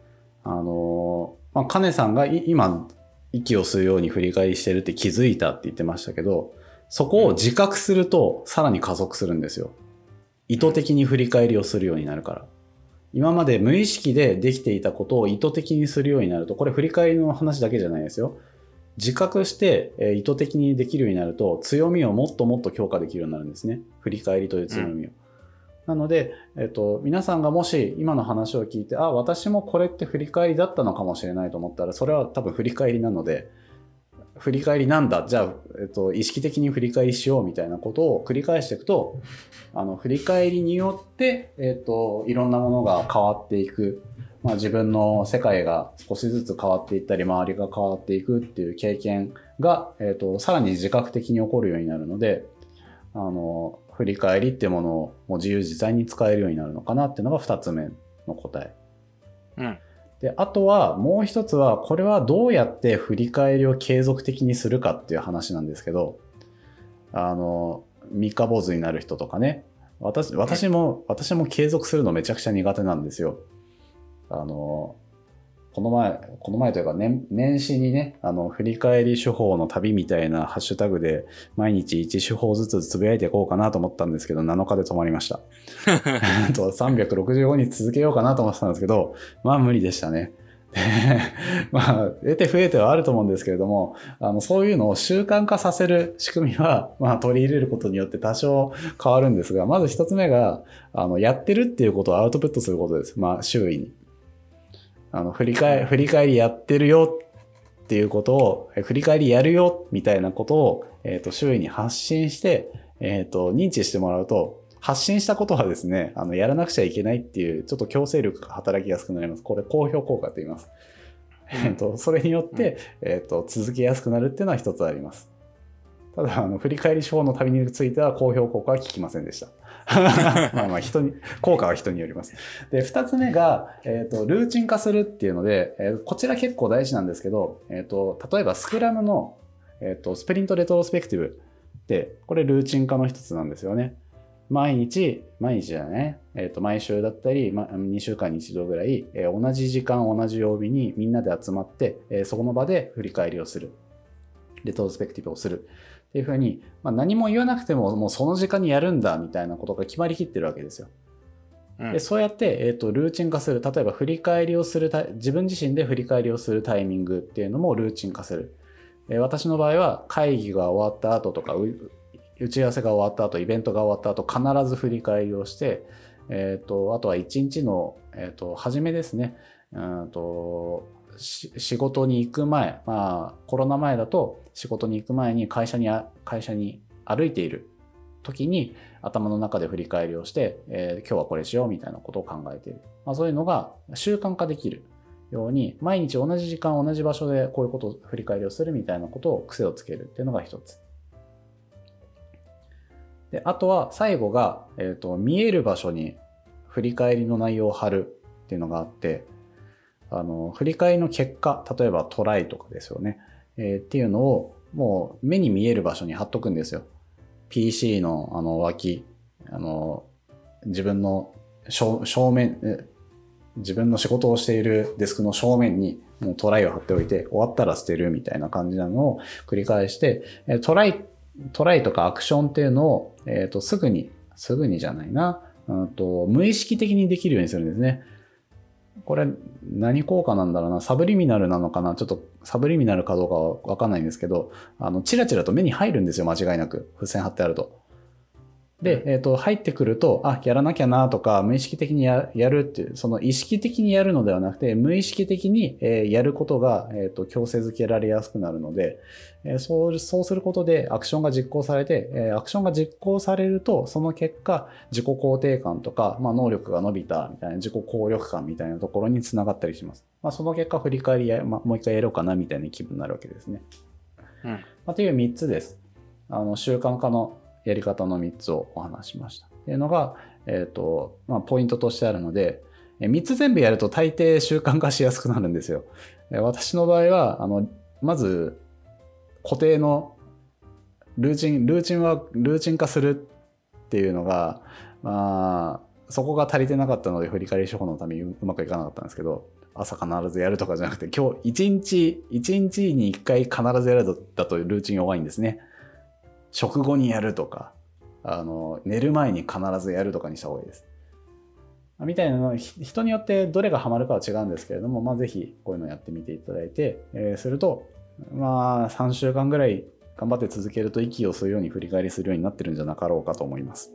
カネさんが今、息を吸うように振り返りしてるって気づいたって言ってましたけど、そこを自覚するとさらに加速するんですよ。意図的に振り返りをするようになるから。今まで無意識でできていたことを意図的にするようになると、これ振り返りの話だけじゃないですよ。自覚して意図的にできるようになると強みをもっともっと強化できるようになるんですね。振り返りという強みを。なので、皆さんがもし今の話を聞いて、私もこれって振り返りだったのかもしれないと思ったら、それは多分振り返りなので、振り返りなんだ、じゃあ、意識的に振り返りしようみたいなことを繰り返していくと、振り返りによって、いろんなものが変わっていく。自分の世界が少しずつ変わっていったり、周りが変わっていくっていう経験が、さらに自覚的に起こるようになるので、振り返りっていうものをもう自由自在に使えるようになるのかなっていうのが2つ目の答え。で、あとはもう一つは、これはどうやって振り返りを継続的にするかっていう話なんですけど、三日坊主になる人とかね、私も継続するのめちゃくちゃ苦手なんですよ。この前というか、年始にね、振り返り手法の旅みたいなハッシュタグで毎日1手法ずつつぶやいていこうかなと思ったんですけど、7日で止まりました。365日続けようかなと思ってたんですけど、無理でしたね。得て増えてはあると思うんですけれども、そういうのを習慣化させる仕組みは、取り入れることによって多少変わるんですが、まず一つ目が、やってるっていうことをアウトプットすることです。周囲に。振り返りやってるよっていうことを、振り返りやるよみたいなことを、周囲に発信して、認知してもらうと、発信したことはですね、やらなくちゃいけないっていう、ちょっと強制力が働きやすくなります。これ、公表効果と言います。それによって、続けやすくなるっていうのは一つあります。ただ、振り返り手法の旅については公表効果は効きませんでした。効果は人によります。で、二つ目が、ルーチン化するっていうので、こちら結構大事なんですけど、例えばスクラムの、スプリントレトロスペクティブって、これルーチン化の一つなんですよね。毎日じゃね、毎週だったり、2週間に1度ぐらい、同じ時間、同じ曜日にみんなで集まって、そこの場で振り返りをする。レトロスペクティブをする。っていうふうに、何も言わなくても、もうその時間にやるんだみたいなことが決まりきってるわけですよ。でそうやって、ルーチン化する。例えば振り返りをする、自分自身で振り返りをするタイミングっていうのもルーチン化する。私の場合は会議が終わった後とか、打ち合わせが終わった後、イベントが終わった後、必ず振り返りをして、あとは一日の、初めですね。仕事に行く前、コロナ前だと仕事に行く前に会社に歩いているっ時に頭の中で振り返りをして、今日はこれしようみたいなことを考えている。そういうのが習慣化できるように、毎日同じ時間同じ場所でこういうことを振り返りをするみたいなことを癖をつけるっていうのが一つ。で、あとは最後が、見える場所に振り返りの内容を貼るっていうのがあって、振り返りの結果、例えばトライとかですよね、っていうのをもう目に見える場所に貼っとくんですよ。PC の脇、自分の正面、自分の仕事をしているデスクの正面にもうトライを貼っておいて、終わったら捨てるみたいな感じなのを繰り返して、トライとかアクションっていうのを、すぐにじゃないな、無意識的にできるようにするんですね。これ何効果なんだろうな、サブリミナルなのかな、ちょっとサブリミナルかどうかはわかんないんですけど、チラチラと目に入るんですよ、間違いなく。付箋貼ってあると。で、入ってくると、やらなきゃなとか、無意識的にやるっていう、その意識的にやるのではなくて、無意識的にやることが強制づけられやすくなるので、そうすることでアクションが実行されて、アクションが実行されると、その結果、自己肯定感とか、能力が伸びたみたいな、自己効力感みたいなところにつながったりします。その結果、振り返りもう一回やろうかなみたいな気分になるわけですね。という3つです。習慣化のやり方の3つをお話しました。っていうのが、ポイントとしてあるので、3つ全部やると大抵習慣化しやすくなるんですよ。私の場合は、まず、固定のルーチン化するっていうのが、そこが足りてなかったので、振り返り処方のためにうまくいかなかったんですけど、朝必ずやるとかじゃなくて、今日1日に1回必ずやるだとルーチン弱いんですね。食後にやるとか、寝る前に必ずやるとかにした方がいいです。みたいなの、人によってどれがハマるかは違うんですけれども、ぜひこういうのをやってみていただいて、すると、3週間ぐらい頑張って続けると息を吸うように振り返りするようになってるんじゃなかろうかと思います。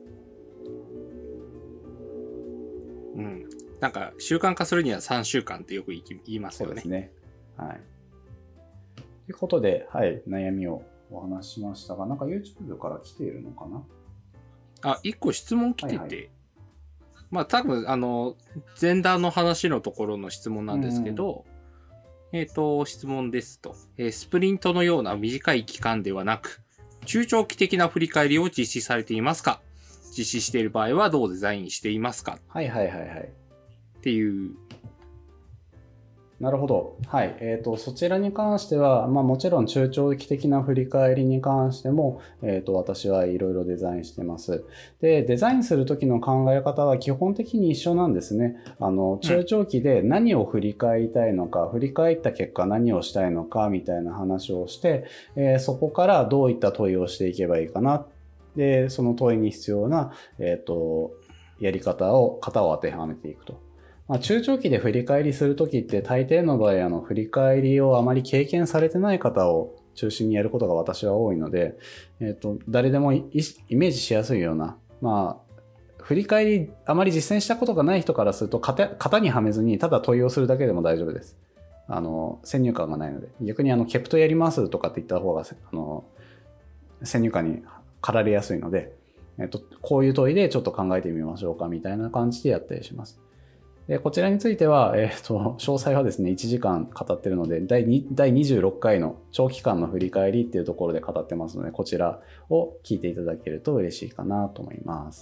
なんか習慣化するには3週間ってよく言いますよね。 そうですね。はい。ということで、悩みをお話ししましたが、なんか YouTube から来ているのかな ？1個質問来てて、多分、前段の話のところの質問なんですけど、質問ですと、スプリントのような短い期間ではなく、中長期的な振り返りを実施されていますか？実施している場合はどうデザインしていますか？っていう。 なるほど。そちらに関しては、もちろん中長期的な振り返りに関しても、私はいろいろデザインしてます。で、デザインするときの考え方は基本的に一緒なんですね。中長期で何を振り返りたいのか、振り返った結果何をしたいのかみたいな話をして、そこからどういった問いをしていけばいいかな。で、その問いに必要な、やり方を当てはめていくと。中長期で振り返りするときって大抵の場合振り返りをあまり経験されてない方を中心にやることが私は多いので、誰でもイメージしやすいような、振り返りあまり実践したことがない人からすると型にはめずにただ問いをするだけでも大丈夫です。先入観がないので、逆にケプトやりますとかって言った方が先入観に駆られやすいので、こういう問いでちょっと考えてみましょうかみたいな感じでやったりします。でこちらについては、詳細はですね、1時間語ってるので、第26回の長期間の振り返りっていうところで語ってますので、こちらを聞いていただけると嬉しいかなと思います。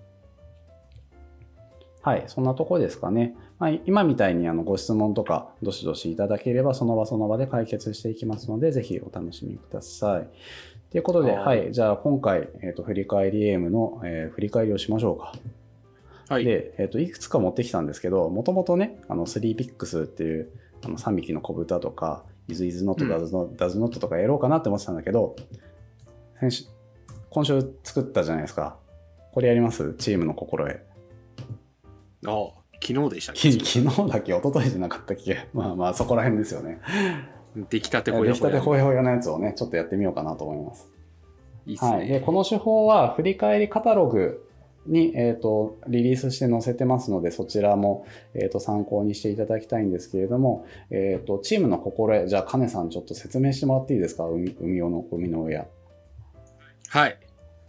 そんなところですかね。今みたいにご質問とかどしどしいただければその場で解決していきますので、ぜひお楽しみください。ということで、じゃあ今回、振り返りエームの、振り返りをしましょうか。で、いくつか持ってきたんですけど、もともとね、3ピックスっていう3匹の子豚とか、is not does not とかやろうかなって思ってたんだけど、今週作ったじゃないですか。これやります？チームの心得。 昨日でしたっけ？ 昨日だっけ？一昨日じゃなかったっけ？そこら辺ですよね。 出来たてほやほやのやつをね、ちょっとやってみようかなと思います。 いいっすね。 でこの手法は振り返りカタログに、リリースして載せてますので、そちらも、参考にしていただきたいんですけれども、チームの心得、じゃあ、カネさんちょっと説明してもらっていいですか？海の親。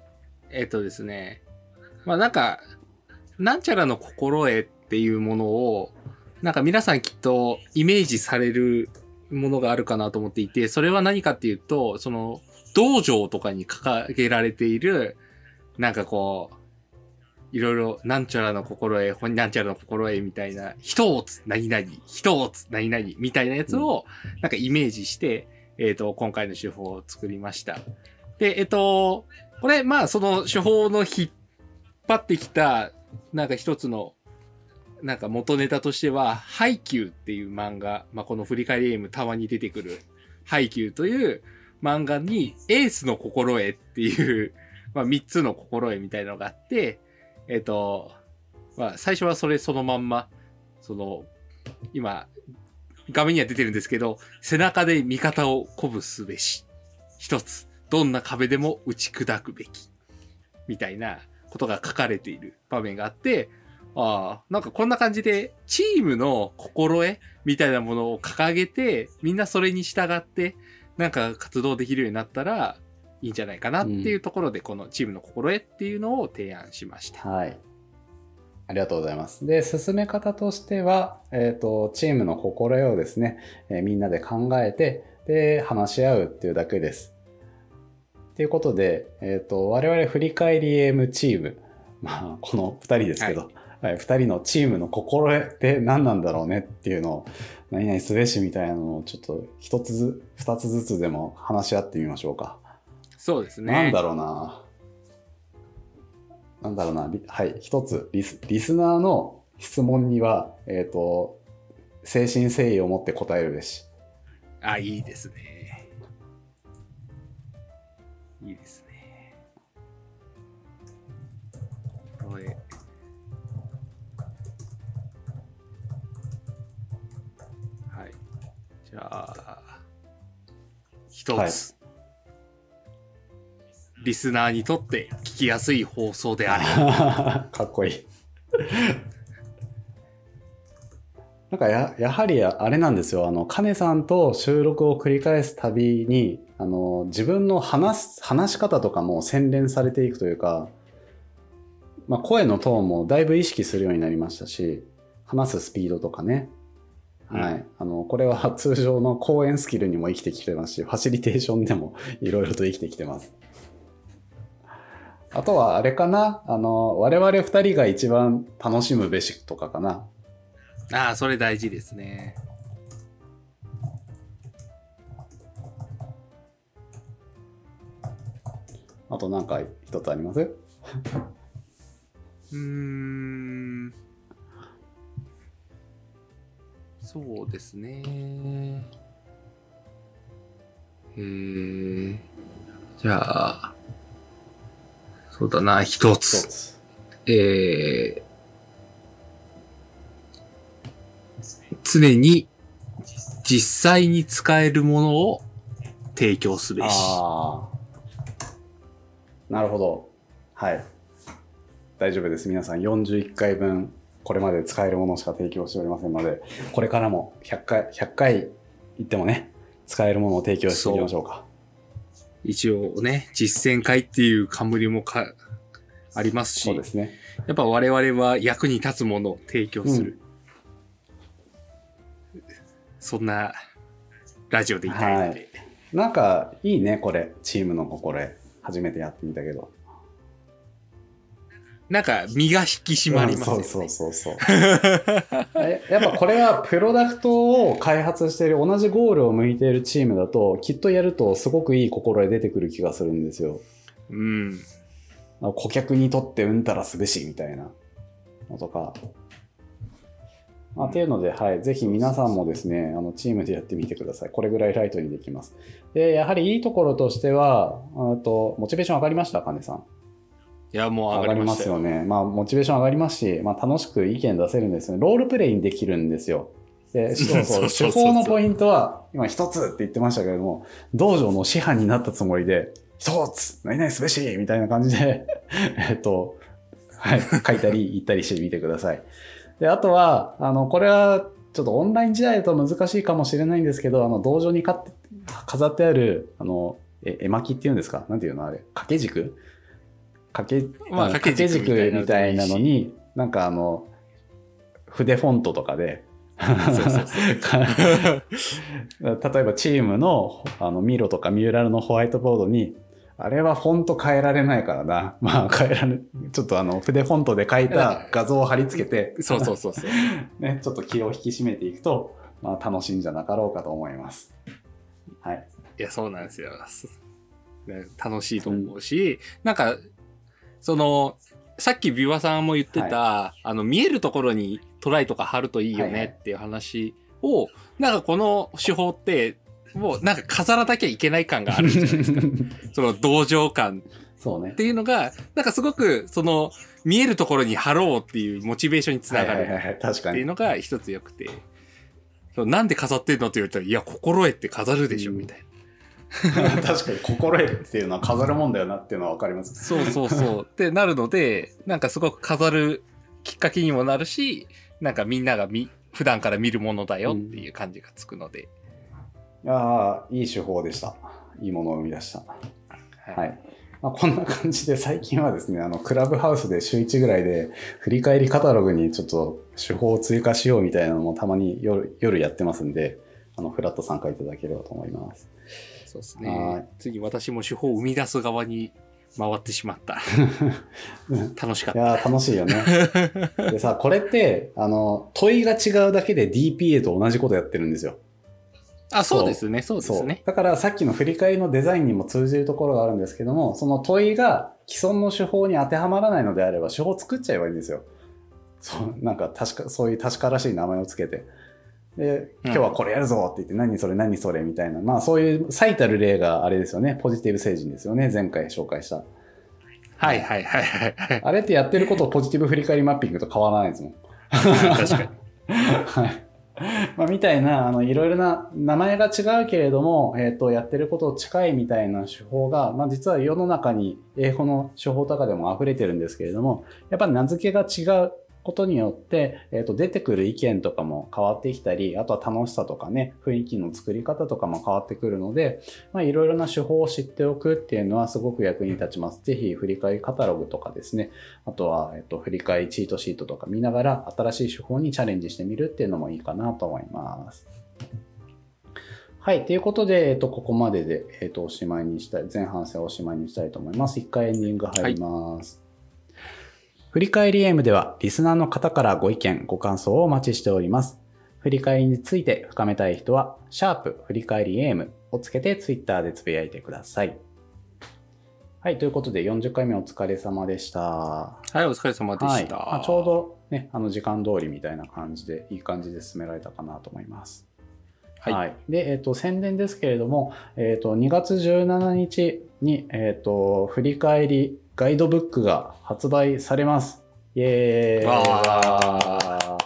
ですね。まあなんか、なんちゃらの心得っていうものを、なんか皆さんきっとイメージされるものがあるかなと思っていて、それは何かっていうと、その、道場とかに掲げられている、なんかこう、いろいろ、なんちゃらの心得、なんちゃらの心得みたいな、一つ何々、一つ何々みたいなやつを、なんかイメージして、今回の手法を作りました。で、これ、まあ、その手法の引っ張ってきた、なんか一つの、なんか元ネタとしては、ハイキューっていう漫画、まあ、この振り返りゲームたまに出てくる、ハイキューという漫画に、エースの心得っていう、まあ、3つの心得みたいなのがあって、まあ、最初はそのまんま、その、今、画面には出てるんですけど、背中で味方を鼓舞すべし。一つ、どんな壁でも打ち砕くべき。みたいなことが書かれている場面があって、ああ、なんかこんな感じで、チームの心得みたいなものを掲げて、みんなそれに従って、なんか活動できるようになったら、いいんじゃないかなっていうところで、このチームの心得っていうのを提案しました。 はい。ありがとうございます。で、進め方としては、チームの心得をですね、みんなで考えて、で、話し合うっていうだけです。ということで、我々振り返り AM チーム、まあ、この2人ですけど、はい、2人のチームの心得って何なんだろうねっていうのを、何々すべしみたいなのをちょっと1つ2つずつでも話し合ってみましょうか。 そうですね。 なんだろうな。はい。一つリスナーの質問には、誠心誠意を持って答えるべし。 あ、いいですね。いいですね。これ。はい。じゃあ、一つ。はい、リスナーにとって聞きやすい放送である。 かっこいい。なんかやはりあれなんですよ。カネさんと収録を繰り返すたびに、自分の話し方とかも洗練されていくというか、まあ、声のトーンもだいぶ意識するようになりましたし、話すスピードとかね。はい。これは通常の講演スキルにも生きてきてますし、ファシリテーションでもいろいろと生きてきてます。あとはあれかな、我々二人が一番楽しむべしとかかな。 ああ、それ大事ですね。 あと何か一つあります？ そうですね。じゃあ、そうだな、一つ。常に実際に使えるものを提供すべし。 ああ。なるほど。はい。大丈夫です。皆さん41回分、これまで使えるものしか提供しておりませんので、これからも100回言ってもね、使えるものを提供していきましょうか。 一応ね、実践会っていう冠もありますし、 そうですね。 やっぱ我々は役に立つものを提供する。そんなラジオでいたいので、はい。 なんかいいね、これ。チームの心得。初めてやってみたけど。 なんか身が引き締まりますよね。 そう。やっぱこれはプロダクトを開発している、同じゴールを向いているチームだと、きっとやるとすごくいい心得出てくる気がするんですよ。顧客にとってうんたらすべしみたいなのとか。っていうので、はい、ぜひ皆さんもですね、チームでやってみてください。これぐらいライトにできます。で、やはりいいところとしては、モチベーション上がりましたかねさん。 いや、もう上がりますよね。まあ、モチベーション上がりますし、まあ、楽しく意見出せるんですよね。ロールプレイにできるんですよ。で、手法のポイントは、今一つって言ってましたけれども、道場の師範になったつもりで、一つ何々すべしみたいな感じで、はい、書いたり言ったりしてみてください。で、あとは、これは、ちょっとオンライン時代だと難しいかもしれないんですけど、道場に飾ってある、絵巻っていうんですか？なんていうのあれ？掛け軸？ 掛け軸みたいなのに、なんか筆フォントとかで、例えばチームのミロとかミューラルのホワイトボードに、あれはフォント変えられないからな。まあ変えられ、ちょっと筆フォントで書いた画像を貼り付けて、 そう。 ね、ちょっと気を引き締めていくと、まあ楽しいんじゃなかろうかと思います。はい。 いや、そうなんですよ。楽しいと思うし、なんか、さっきビワさんも言ってた、見えるところにトライとか貼るといいよねっていう話を、なんかこの手法って、もうなんか飾らなきゃいけない感があるじゃないですか。その同情感っていうのが、なんかすごく見えるところに貼ろうっていうモチベーションにつながるっていうのが一つ良くて、なんで飾ってんのって言われたら、いや、心得って飾るでしょみたいな。 確かに心得っていうのは飾るもんだよなっていうのは分かります。 そうってなるので、なんかすごく飾るきっかけにもなるし、なんかみんなが普段から見るものだよっていう感じがつくので。 いい手法でした。いいものを生み出した。はい。まあ、こんな感じで最近はですね、クラブハウスで週1ぐらいで振り返りカタログにちょっと手法を追加しようみたいなのもたまに夜やってますんで、フラット参加いただければと思います。 そうですね。次私も手法を生み出す側に回ってしまった。楽しかった。 いや楽しいよね。でさ、これって、問いが違うだけで DPA と同じことやってるんですよ。 そうですね。 だからさっきの振り返りのデザインにも通じるところがあるんですけども、その問いが既存の手法に当てはまらないのであれば、手法を作っちゃえばいいんですよ。なんかそういう確からしい名前をつけて。で、今日はこれやるぞって言って、何それみたいな。まあそういう最たる例があれですよね。ポジティブ星人ですよね。前回紹介した。 はい。 あれってやってることをポジティブ振り返りマッピングと変わらないですもん。 確かに。 はい。まあ、みたいな、いろいろな名前が違うけれども、やってること近いみたいな手法が、まあ実は世の中に英語の手法とかでも溢れてるんですけれども、やっぱり名付けが違うことによって、出てくる意見とかも変わってきたり、あとは楽しさとかね、雰囲気の作り方とかも変わってくるので、まあいろいろな手法を知っておくっていうのはすごく役に立ちます。ぜひ振り返りカタログとかですね、あとは、振り返りチートシートとか見ながら新しい手法にチャレンジしてみるっていうのもいいかなと思います。はい。ということで、ここまでで、おしまいにしたい、前半戦をおしまいにしたいと思います。一回エンディング入ります。振り返り AM ではリスナーの方からご意見、ご感想をお待ちしております。振り返りについて深めたい人は、振り返り AM をつけて Twitter でつぶやいてください。はい、ということで40回目お疲れ様でした。 はい、お疲れ様でした。 はい、ちょうどね、時間通りみたいな感じで、いい感じで進められたかなと思います。はい。はい、で、宣伝ですけれども、2月17日に、振り返りガイドブックが発売されます。イエーイ。はい。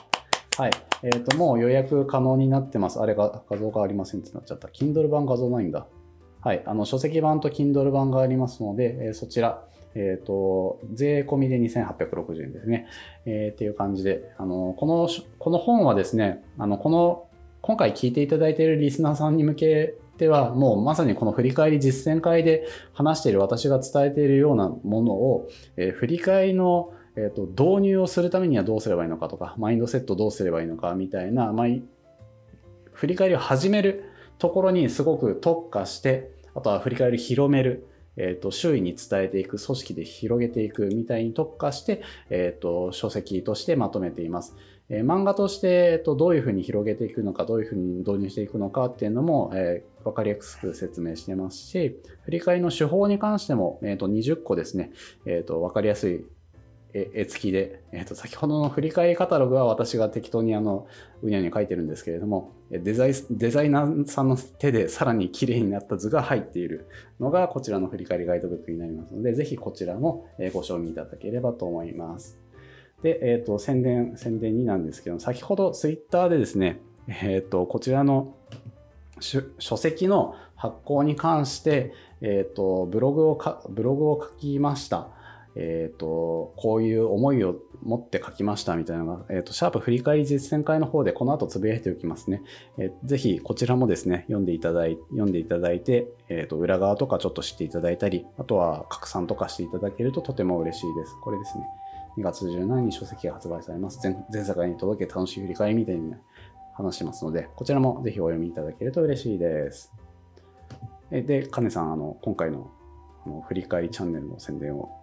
もう予約可能になってます。あれが画像がありませんってなっちゃった。Kindle 版画像ないんだ。はい。書籍版と Kindle 版がありますので、そちら、税込みで2860円ですね。っていう感じで、この本はですね、今回聞いていただいているリスナーさんに向けては、もうまさにこの振り返り実践会で話している私が伝えているようなものを、振り返りの、導入をするためにはどうすればいいのかとか、マインドセットどうすればいいのかみたいな、振り返りを始めるところにすごく特化して、あとは振り返りを広める、周囲に伝えていく、組織で広げていくみたいに特化して、書籍としてまとめています。漫画として、どういうふうに広げていくのか、どういうふうに導入していくのかっていうのも、分かりやすく説明してますし、振り返りの手法に関しても、20個ですね、分かりやすい絵付きで、先ほどの振り返りカタログは私が適当にうにゃに書いてるんですけれども、デザイナーさんの手でさらに綺麗になった図が入っているのがこちらの振り返りガイドブックになりますので、ぜひこちらもご賞味いただければと思います。で、宣伝になんですけど、先ほどツイッターでですね、こちらの書籍の発行に関して、ブログを書きました。 こういう思いを持って書きましたみたいなのが、シャープ振り返り実践会の方でこの後つぶやいておきますね。ぜひこちらもですね、読んでいただいて、裏側とかちょっと知っていただいたり、あとは拡散とかしていただけるととても嬉しいです。これですね。2月17日に書籍が発売されます。全世界に届け楽しい振り返りみたいに話してますので、こちらもぜひお読みいただけると嬉しいです。で、カネさん、今回の振り返りチャンネルの宣伝を。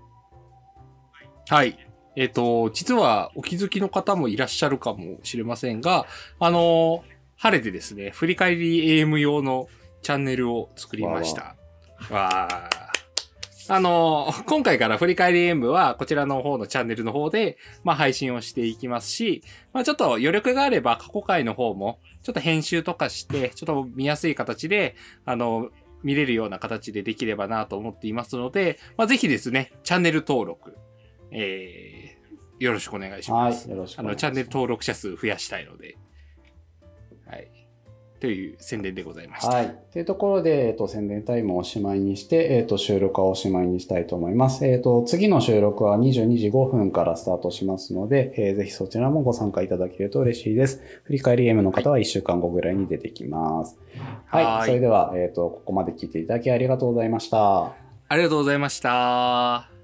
はい。実はお気づきの方もいらっしゃるかもしれませんが、晴れてですね、振り返り AM 用のチャンネルを作りました。今回から振り返り AM はこちらの方のチャンネルの方で、配信をしていきますし、ちょっと余力があれば過去回の方もちょっと編集とかして、ちょっと見やすい形で、見れるような形でできればなと思っていますので、ぜひですね、チャンネル登録、よろしくお願いします。 はい、よろしくお願いします。 チャンネル登録者数増やしたいので。はい。という宣伝でございました。 はい。というところで、宣伝タイムをおしまいにして、収録はおしまいにしたいと思います。次の収録は22時5分からスタートしますので、ぜひそちらもご参加いただけると嬉しいです。振り返り M の方は1週間後ぐらいに出てきます。はい。それでは、ここまで聞いていただきありがとうございました。 ありがとうございました。